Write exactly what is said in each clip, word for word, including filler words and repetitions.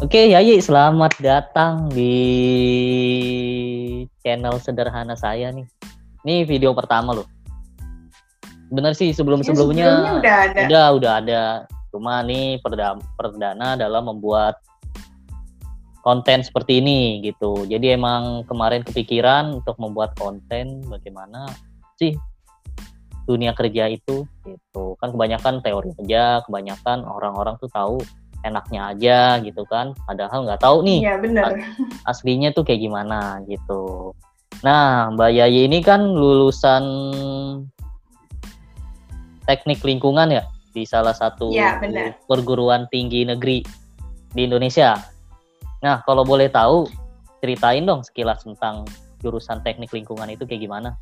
Oke, Yayi, selamat datang di channel sederhana saya nih. Ini video pertama loh. Bener sih, sebelum-sebelumnya sebelumnya udah ada. Udah, udah ada. Cuma nih perda- perdana dalam membuat konten seperti ini gitu. Jadi emang kemarin kepikiran untuk membuat konten bagaimana sih dunia kerja itu gitu. Kan kebanyakan teori aja, kebanyakan orang-orang tuh tahu enaknya aja gitu kan, padahal nggak tahu nih Iya benar. aslinya tuh kayak gimana gitu. Nah, Mbak Yayi ini kan lulusan teknik lingkungan ya di salah satu ya, benar. perguruan tinggi negeri di Indonesia. Nah, kalau boleh tahu, ceritain dong sekilas tentang jurusan teknik lingkungan itu kayak gimana?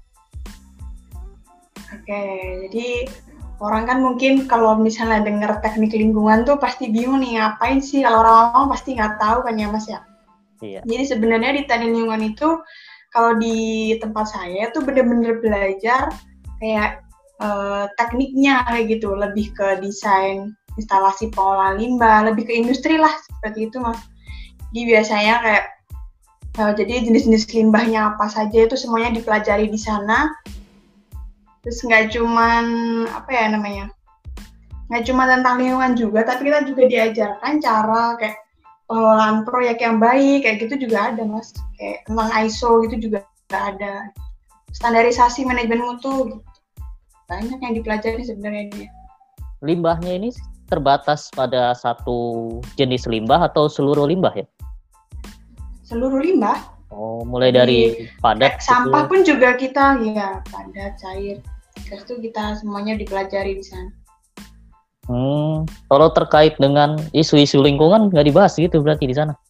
Oke, jadi orang kan mungkin kalau misalnya dengar teknik lingkungan tuh pasti bingung nih, ngapain sih? Kalau orang awam pasti nggak tahu kan ya Mas ya? Iya. Jadi sebenarnya di teknik lingkungan itu, kalau di tempat saya tuh bener-bener belajar kayak eh, tekniknya kayak gitu, lebih ke desain instalasi pengolahan limbah, lebih ke industri lah, seperti itu Mas. Jadi biasanya kayak, eh, jadi jenis-jenis limbahnya apa saja itu semuanya dipelajari di sana. Terus nggak cuman apa ya namanya, nggak cuma tentang lingkungan juga, tapi kita juga diajarkan cara kayak pengelolaan proyek yang baik, kayak gitu juga ada Mas. Kayak tentang I S O gitu juga ada. Standarisasi manajemen mutu, gitu. Banyak yang dipelajari sebenarnya dia. Limbahnya ini terbatas pada satu jenis limbah atau seluruh limbah ya? Seluruh limbah. Oh, mulai dari padat. Sampah pun juga kita ya padat, cair. Terus itu kita semuanya dipelajari di sana. Hmm, kalau terkait dengan isu-isu lingkungan nggak dibahas gitu berarti di sana?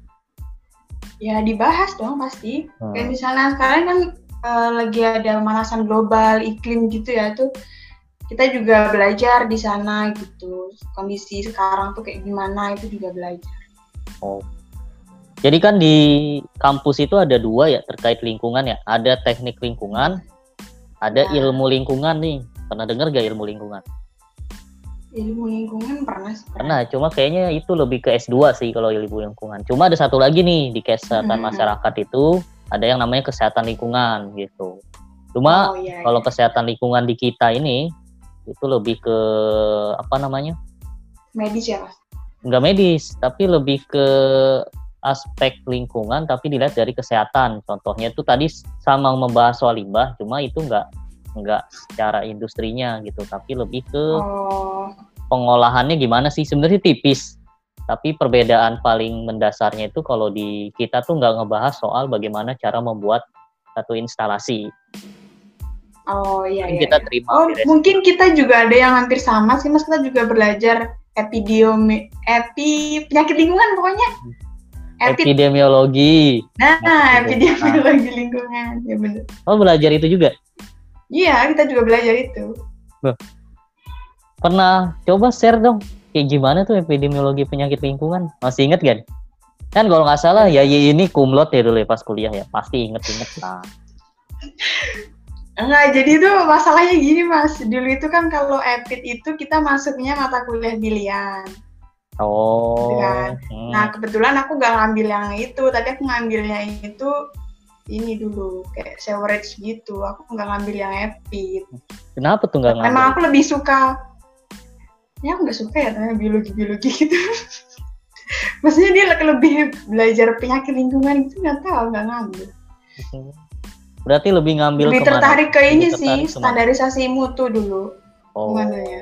Ya dibahas dong pasti. Hmm. Kayak misalnya sekarang kan uh, lagi ada pemanasan global, iklim gitu ya tuh. Kita juga belajar di sana gitu. Kondisi sekarang tuh kayak gimana itu juga belajar. Oh. Jadi kan di kampus itu ada dua ya terkait lingkungan ya. Ada teknik lingkungan, ada ya. Ilmu lingkungan nih. Pernah dengar gak ilmu lingkungan? Ilmu lingkungan pernah sih. Pernah, cuma kayaknya itu lebih ke S dua sih kalau ilmu lingkungan. Cuma ada satu lagi nih di kesehatan hmm. masyarakat itu ada yang namanya kesehatan lingkungan gitu. Cuma oh, iya, kalau iya. kesehatan lingkungan di kita ini itu lebih ke apa namanya? Medis ya, Mas? Enggak medis, tapi lebih ke aspek lingkungan tapi dilihat dari kesehatan. Contohnya itu tadi sama membahas soal limbah, cuma itu enggak enggak secara industrinya gitu, tapi lebih ke oh. pengolahannya gimana sih, sebenarnya tipis. Tapi perbedaan paling mendasarnya itu kalau di kita tuh enggak ngebahas soal bagaimana cara membuat satu instalasi. Oh iya iya. Kita terima oh mungkin kita juga ada yang hampir sama sih Mas, kita juga belajar epidemi epi penyakit lingkungan pokoknya. Epidemiologi. Nah, nah epidemiologi lingkungan. Ya benar. Oh, belajar itu juga? Iya, kita juga belajar itu. Loh. Pernah coba share dong, kayak gimana tuh epidemiologi penyakit lingkungan? Masih inget kan? Kan kalau nggak salah ya ini kumlot ya dulu ya pas kuliah ya, pasti inget-inget lah. Enggak, jadi itu masalahnya gini Mas, dulu itu kan kalau epid itu kita masuknya mata kuliah pilihan. Oh. Gitu kan. Hmm. Nah kebetulan aku nggak ngambil yang itu, tadi aku ngambilnya itu ini dulu kayak sewerage gitu, aku nggak ngambil yang epid. Kenapa tuh nggak ngambil? Memang aku lebih suka, ya aku nggak suka ya tanya biologi-biologi gitu. Maksudnya dia lebih belajar penyakit lingkungan gitu, nggak tahu, nggak ngambil. Berarti lebih ngambil lebih kemana? tertarik ke ini lebih sih, standarisasi mutu dulu. Oh. Gimana ya?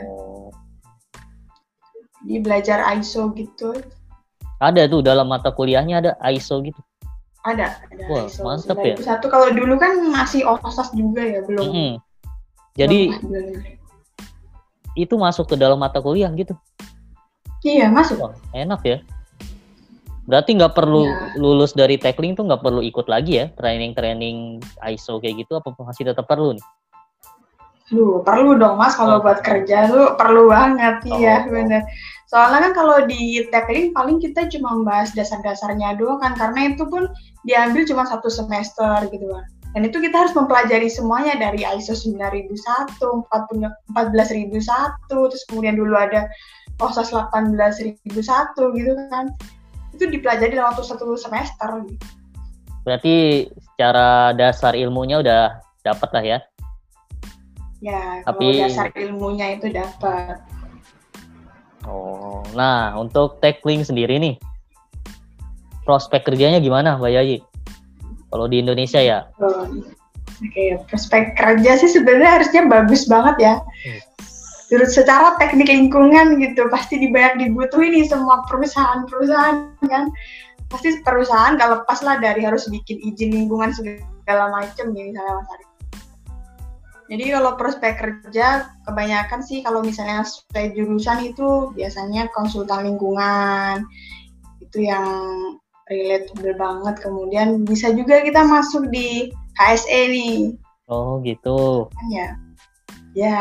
Di belajar I S O gitu. Ada tuh dalam mata kuliahnya ada I S O gitu. Ada, ada. Wah, I S O mantep ya. Satu kalau dulu kan masih O S A S juga ya, belum. Mm-hmm. Jadi belum, itu masuk ke dalam mata kuliah gitu. Iya, masuk. Wah, enak ya. Berarti nggak perlu ya. Lulus dari Tekling tuh nggak perlu ikut lagi ya training-training I S O kayak gitu, apa masih tetap perlu nih? Lu perlu dong Mas, kalau oh. buat kerja lu perlu banget oh. ya bener. Soalnya kan kalau di Tekling paling kita cuma membahas dasar-dasarnya doang kan, karena itu pun diambil cuma satu semester gitu kan. Dan itu kita harus mempelajari semuanya dari I S O sembilan ribu satu, empat belas ribu satu, terus kemudian dulu ada O S A S delapan belas ribu satu gitu kan. Itu itu dipelajari dalam waktu satu semester. Berarti secara dasar ilmunya udah dapat lah ya? Ya, Tapi... kalau dasar ilmunya itu dapat. Oh, nah untuk Techlink sendiri nih, prospek kerjanya gimana Mbak Yayi? Kalau di Indonesia ya? Oh, Oke, prospek kerja sih sebenarnya harusnya bagus banget ya. Terus secara teknik lingkungan gitu, pasti banyak dibutuhin nih semua perusahaan-perusahaan kan. Pasti perusahaan gak lepas lah dari harus bikin izin lingkungan segala macam ya misalnya Mas Ari. Jadi kalau prospek kerja kebanyakan sih kalau misalnya sesuai jurusan itu biasanya konsultan lingkungan itu yang relatable banget. Kemudian bisa juga kita masuk di H S E nih. Oh gitu. Kan ya. Ya.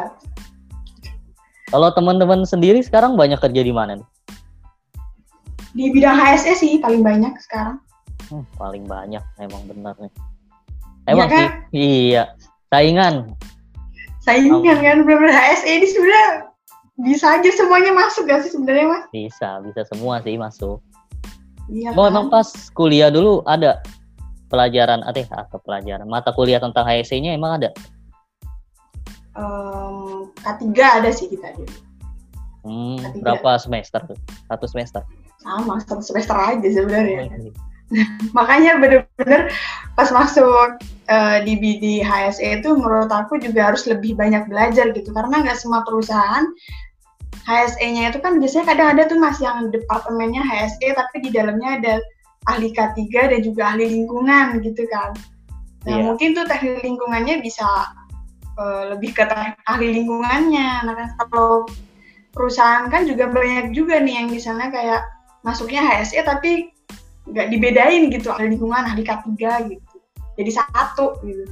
Kalau teman-teman sendiri sekarang banyak kerja di mana nih? Di bidang H S E sih paling banyak sekarang. Hmm, paling banyak, emang benar nih. Emang iya kan? sih, iya. Saingan. Saingan oh. kan, benar-benar H S E ini sebenarnya bisa aja semuanya masuk gak sih sebenarnya Mas? Bisa, bisa semua sih masuk. Iya Mau kan? emang pas kuliah dulu ada pelajaran, ateh atau pelajaran mata kuliah tentang H S E-nya emang ada? Um, K tiga ada sih kita dulu. Hmm, berapa semester tuh? Satu semester? Sama, satu semester aja sebenarnya. Makanya bener-bener pas masuk uh, di B D H S E itu menurut aku juga harus lebih banyak belajar gitu. Karena nggak semua perusahaan H S E-nya itu kan biasanya kadang ada tuh Mas yang departemennya H S E tapi di dalamnya ada ahli K tiga dan juga ahli lingkungan gitu kan. Nah yeah. mungkin tuh teknik lingkungannya bisa uh, lebih ke ahli lingkungannya. Nah kan kalau perusahaan kan juga banyak juga nih yang misalnya kayak masuknya H S E tapi nggak dibedain gitu ahli lingkungan, ahli K tiga gitu. Jadi satu gitu.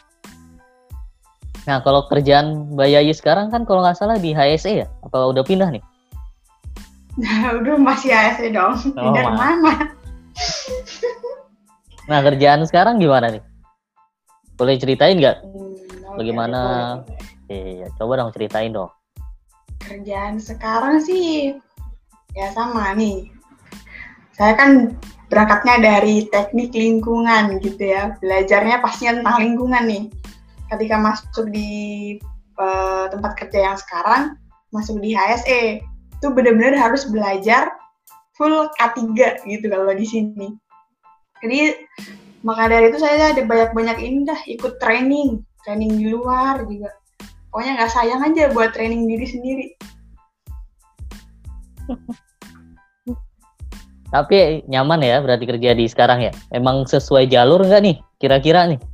Nah kalau kerjaan Mbak Yayi sekarang kan kalau nggak salah di H S E ya? Apa udah pindah nih? Nah udah masih H S E dong. Oh, pindah kemana? Nah kerjaan sekarang gimana nih? Boleh ceritain nggak? Hmm, Bagaimana? Iya, coba dong ceritain dong. Kerjaan sekarang sih ya sama nih. Saya kan berangkatnya dari teknik lingkungan gitu ya. Belajarnya pastinya tentang lingkungan nih. Ketika masuk di uh, tempat kerja yang sekarang, masuk di H S E, itu benar-benar harus belajar full K tiga gitu kalau di sini. Jadi maka dari itu saya ada banyak-banyak ini dah ikut training, training di luar juga. Pokoknya nggak sayang aja buat training diri sendiri. Tapi nyaman ya berarti kerja di sekarang ya? Emang sesuai jalur nggak nih kira-kira nih?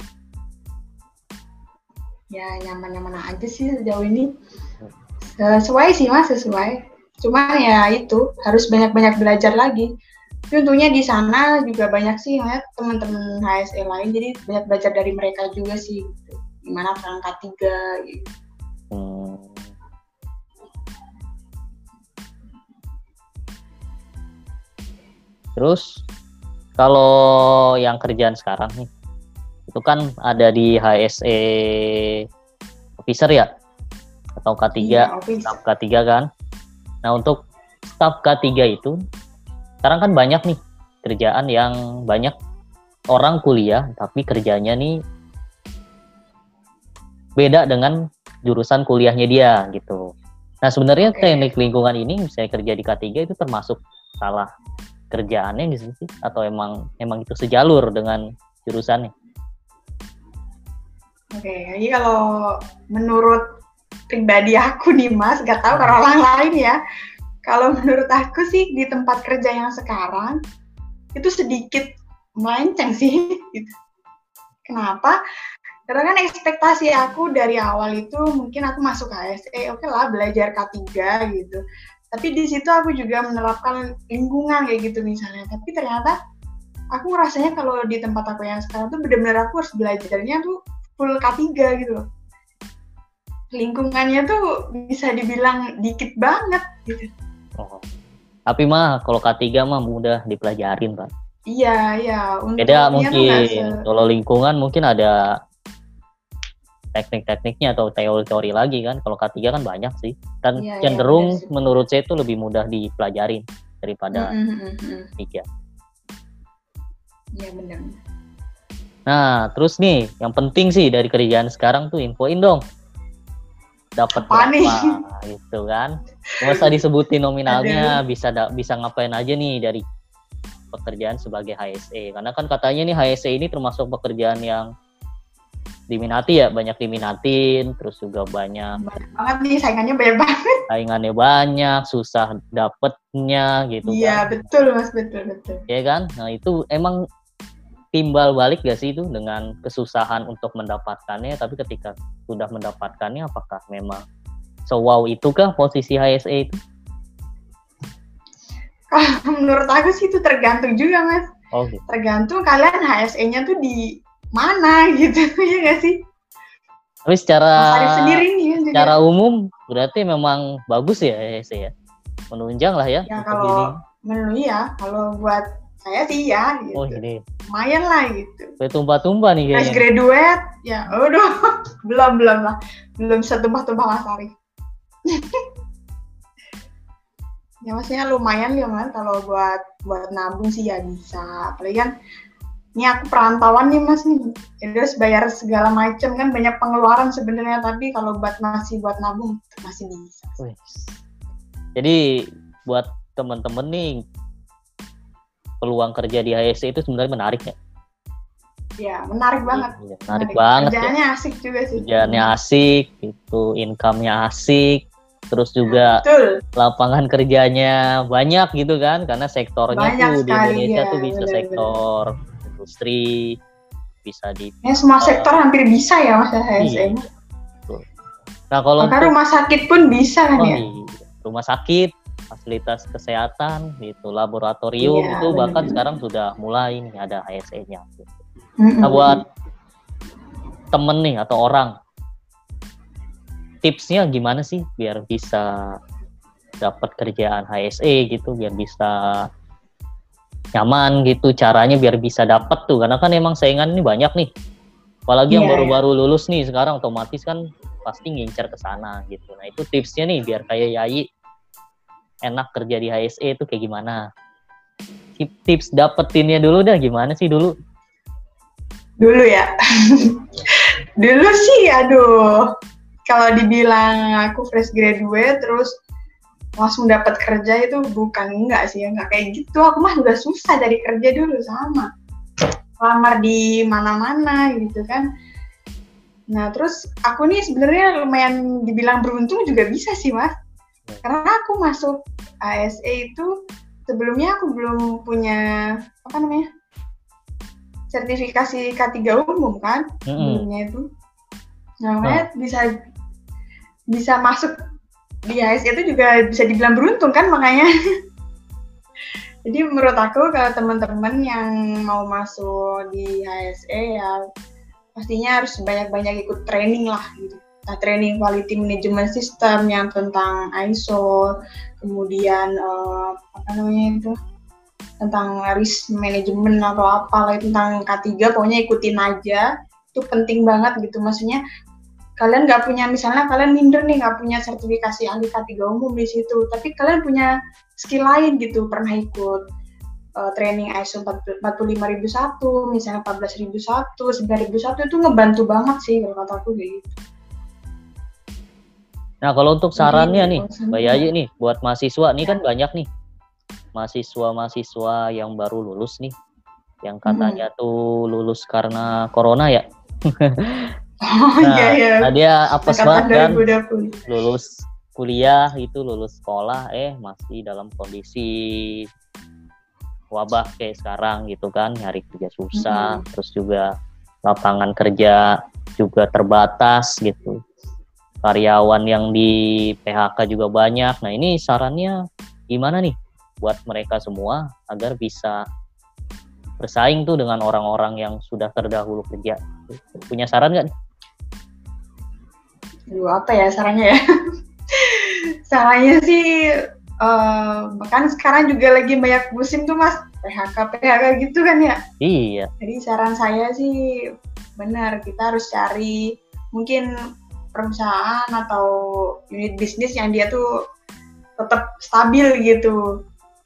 Ya nyaman-nyaman aja sih sejauh ini. Sesuai sih Mas, sesuai. Cuman ya itu harus banyak-banyak belajar lagi. Tapi untungnya di sana juga banyak sih ya teman-teman H S E lain, jadi banyak belajar dari mereka juga sih. Gitu. Gimana peran K tiga gitu. Hmm. Terus kalau yang kerjaan sekarang nih, itu kan ada di H S E officer ya? Atau K tiga, iya, staf K tiga kan? Nah untuk staf K tiga itu, sekarang kan banyak nih kerjaan yang banyak orang kuliah, tapi kerjanya nih beda dengan jurusan kuliahnya dia gitu. Nah sebenarnya okay. teknik lingkungan ini misalnya kerja di K tiga itu termasuk salah kerjaannya gitu sih? Atau emang emang itu sejalur dengan jurusannya? Oke, okay, jadi kalau menurut pribadi aku nih Mas, gak tahu kalau orang lain ya. Kalau menurut aku sih di tempat kerja yang sekarang itu sedikit melenceng sih. Gitu. Kenapa? Karena kan ekspektasi aku dari awal itu mungkin aku masuk H S E, oke okay lah belajar K tiga gitu. Tapi di situ aku juga menerapkan lingkungan kayak gitu misalnya. Tapi ternyata aku ngerasanya kalau di tempat aku yang sekarang tuh benar-benar aku harus belajarnya tuh full K tiga gitu loh. Lingkungannya tuh bisa dibilang dikit banget gitu. Oh. Tapi mah kalau K tiga mah mudah dipelajarin, Pak. Iya, iya. Beda mungkin se- kalau lingkungan mungkin ada teknik-tekniknya atau teori-teori lagi kan. Kalau K tiga kan banyak sih. Kan ya, cenderung ya, menurut saya itu lebih mudah dipelajarin. daripada Mm-hmm. tiga. Iya benar. Nah, terus nih, yang penting sih dari kerjaan sekarang tuh infoin dong. Dapat Apa berapa nih? gitu kan. Nggak usah disebutin nominalnya, Aduh. bisa da- bisa ngapain aja nih dari pekerjaan sebagai H S E. Karena kan katanya nih H S E ini termasuk pekerjaan yang diminati ya, banyak diminatin, terus juga banyak Banyak banget nih, saingannya banyak banget. saingannya banyak, susah dapetnya gitu Iya, kan. betul Mas, betul, betul. Ya kan? Nah, itu emang timbal balik gak sih itu dengan kesusahan untuk mendapatkannya, tapi ketika sudah mendapatkannya apakah memang se-wow itukah posisi H S E itu? Kalau menurut aku sih itu tergantung juga Mas. Oh gitu. Tergantung kalian H S E-nya tuh di mana gitu, ya nggak sih? Tapi secara Mas Arif sendiri nih kan juga. secara umum berarti memang bagus ya H S E ya, menunjang lah ya. Ya kalau menurut ya, kalau buat saya sih ya gitu. Oh ini. Lumayan lah gitu. Bertumpah-tumpah nih kayaknya. Fresh graduate, ya aduh, belum belum lah, belum setumpah-tumpah Mas Arif. Ya maksudnya lumayan ya Mas, kalau buat buat nabung sih ya bisa. Apalagi kan ini aku perantauan nih Mas nih, jadi harus bayar segala macam kan, banyak pengeluaran sebenarnya, tapi kalau buat masih buat nabung masih bisa. Wih. Jadi buat teman-teman nih, peluang kerja di H S E itu sebenarnya menarik ya? Ya menarik banget. Ya, menarik, menarik banget. Kerjaannya ya. asik juga sih. Kerjaannya asik, itu income-nya asik, terus juga ya, lapangan kerjanya banyak gitu kan, karena sektornya banyak tuh di Indonesia ya, tuh bisa bener, sektor bener. industri, bisa di. Ya semua uh, sektor hampir bisa ya Mas H S E. Iya. Nah kalau bahkan untuk, rumah sakit pun bisa kan oh, ya? Iya. Rumah sakit, fasilitas kesehatan, gitu, laboratorium iya, itu bahkan bener. Sekarang sudah mulai nih ada H S E-nya. Gitu. Mm-hmm. Nah buat temen nih atau orang, tipsnya gimana sih biar bisa dapat kerjaan H S E gitu, biar bisa nyaman gitu, caranya biar bisa dapat tuh, karena kan emang saingan ini banyak nih, apalagi yeah, yang baru-baru yeah. lulus nih sekarang otomatis kan pasti ngincer ke sana gitu. Nah itu tipsnya nih biar kayak Yayi enak kerja di H S E itu kayak gimana? Tips dapetinnya dulu dah gimana sih dulu? Dulu ya, dulu sih aduh, kalau dibilang aku fresh graduate terus langsung dapat kerja itu bukan enggak sih, enggak kayak gitu. Aku mah juga susah dari kerja dulu, sama lamar di mana-mana gitu kan. Nah terus aku nih sebenarnya lumayan dibilang beruntung juga bisa sih Mas, karena aku masuk H S E itu sebelumnya aku belum punya apa namanya sertifikasi K tiga umum kan, mm-hmm. sebelumnya itu. Nah makanya oh. bisa bisa masuk di H S E itu juga bisa dibilang beruntung kan, makanya. Jadi menurut aku kalau teman-teman yang mau masuk di H S E ya pastinya harus banyak-banyak ikut training lah gitu. Nah, training quality management system yang tentang I S O, kemudian uh, apa namanya itu tentang risk management atau apa, tentang K tiga, pokoknya ikutin aja. Itu penting banget gitu, maksudnya kalian nggak punya, misalnya kalian minder nih nggak punya sertifikasi ahli K tiga umum di situ, tapi kalian punya skill lain gitu, pernah ikut uh, training I S O empat puluh lima ribu satu, misalnya empat belas ribu satu, sembilan ribu satu, itu ngebantu banget sih kalau kata aku kayak gitu. Nah kalau untuk sarannya Jadi, nih Mbak Yayi nih buat mahasiswa nih ya. Kan banyak nih mahasiswa-mahasiswa yang baru lulus nih, yang katanya hmm. tuh lulus karena corona ya. Oh nah, iya iya. Nah dia apes banget kan, lulus kuliah itu, lulus sekolah, eh masih dalam kondisi wabah kayak sekarang gitu kan, nyari kerja susah, hmm. terus juga lapangan kerja juga terbatas gitu. Karyawan yang di P H K juga banyak. Nah ini sarannya gimana nih buat mereka semua agar bisa bersaing tuh dengan orang-orang yang sudah terdahulu kerja? Punya saran nggak nih? Aduh, apa ya sarannya ya? Sarannya sih, uh, bahkan sekarang juga lagi banyak musim tuh Mas, P H K P H K gitu kan ya? Iya. Jadi saran saya sih benar, kita harus cari mungkin perusahaan atau unit bisnis yang dia tuh tetap stabil gitu.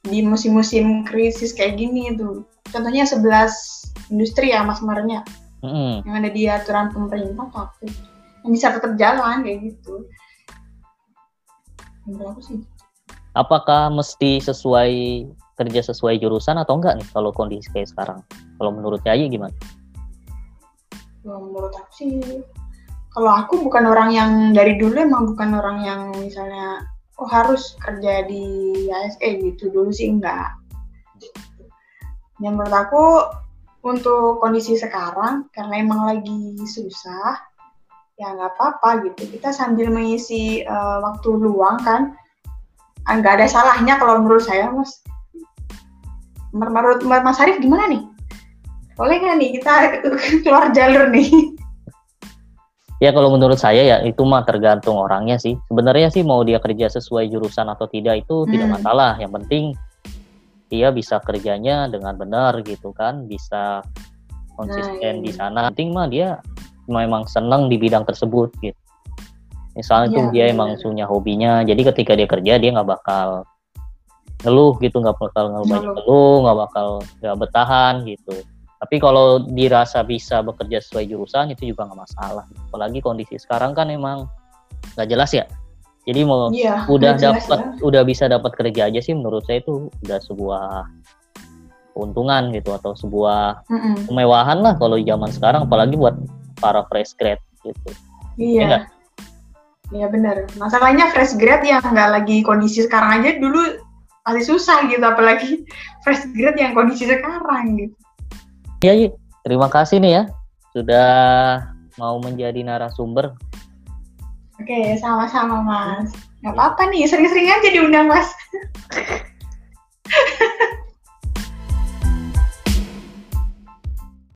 di musim-musim krisis kayak gini tuh. Contohnya sebelas industri ya Mas Marnya, mm-hmm. yang ada di aturan pemerintah tapi yang bisa tetap jalan kayak gitu. Menurut aku sih. Apakah mesti sesuai kerja sesuai jurusan atau enggak nih kalau kondisi kayak sekarang? Kalau menurut Yayi gimana? Kalau menurut aku sih, kalau aku bukan orang yang dari dulu emang bukan orang yang misalnya oh harus kerja di A S E gitu, dulu sih enggak. Yang menurut aku untuk kondisi sekarang karena emang lagi susah, ya nggak apa-apa gitu. Kita sambil mengisi uh, waktu luang kan, nggak ada salahnya kalau menurut saya, Mas. Menurut Mas Arif gimana nih? Boleh nggak nih kita keluar jalur nih? Ya kalau menurut saya ya itu mah tergantung orangnya sih. Sebenarnya sih mau dia kerja sesuai jurusan atau tidak itu hmm. tidak masalah. Yang penting dia bisa kerjanya dengan benar gitu kan, bisa konsisten nah, di sana. Yang penting mah dia memang senang di bidang tersebut gitu. Misalnya ya, tuh dia bener. Emang punya hobinya, jadi ketika dia kerja dia nggak bakal ngeluh gitu, nggak bakal ngeluh banyak ngeluh, nggak bakal nggak bertahan gitu. Tapi kalau dirasa bisa bekerja sesuai jurusan itu juga nggak masalah. Apalagi kondisi sekarang kan emang nggak jelas ya. Jadi mau ya, udah dapat, ya. udah bisa dapat kerja aja sih menurut saya itu udah sebuah keuntungan gitu atau sebuah Mm-mm. kemewahan lah kalau zaman sekarang, apalagi buat para fresh grad gitu. Iya. Iya benar. Masalahnya fresh grad yang nggak lagi kondisi sekarang aja dulu masih susah gitu, apalagi fresh grad yang kondisi sekarang gitu. Ya, terima kasih nih ya sudah mau menjadi narasumber. Oke, sama-sama Mas. Nggak apa-apa nih, sering-sering aja diundang Mas.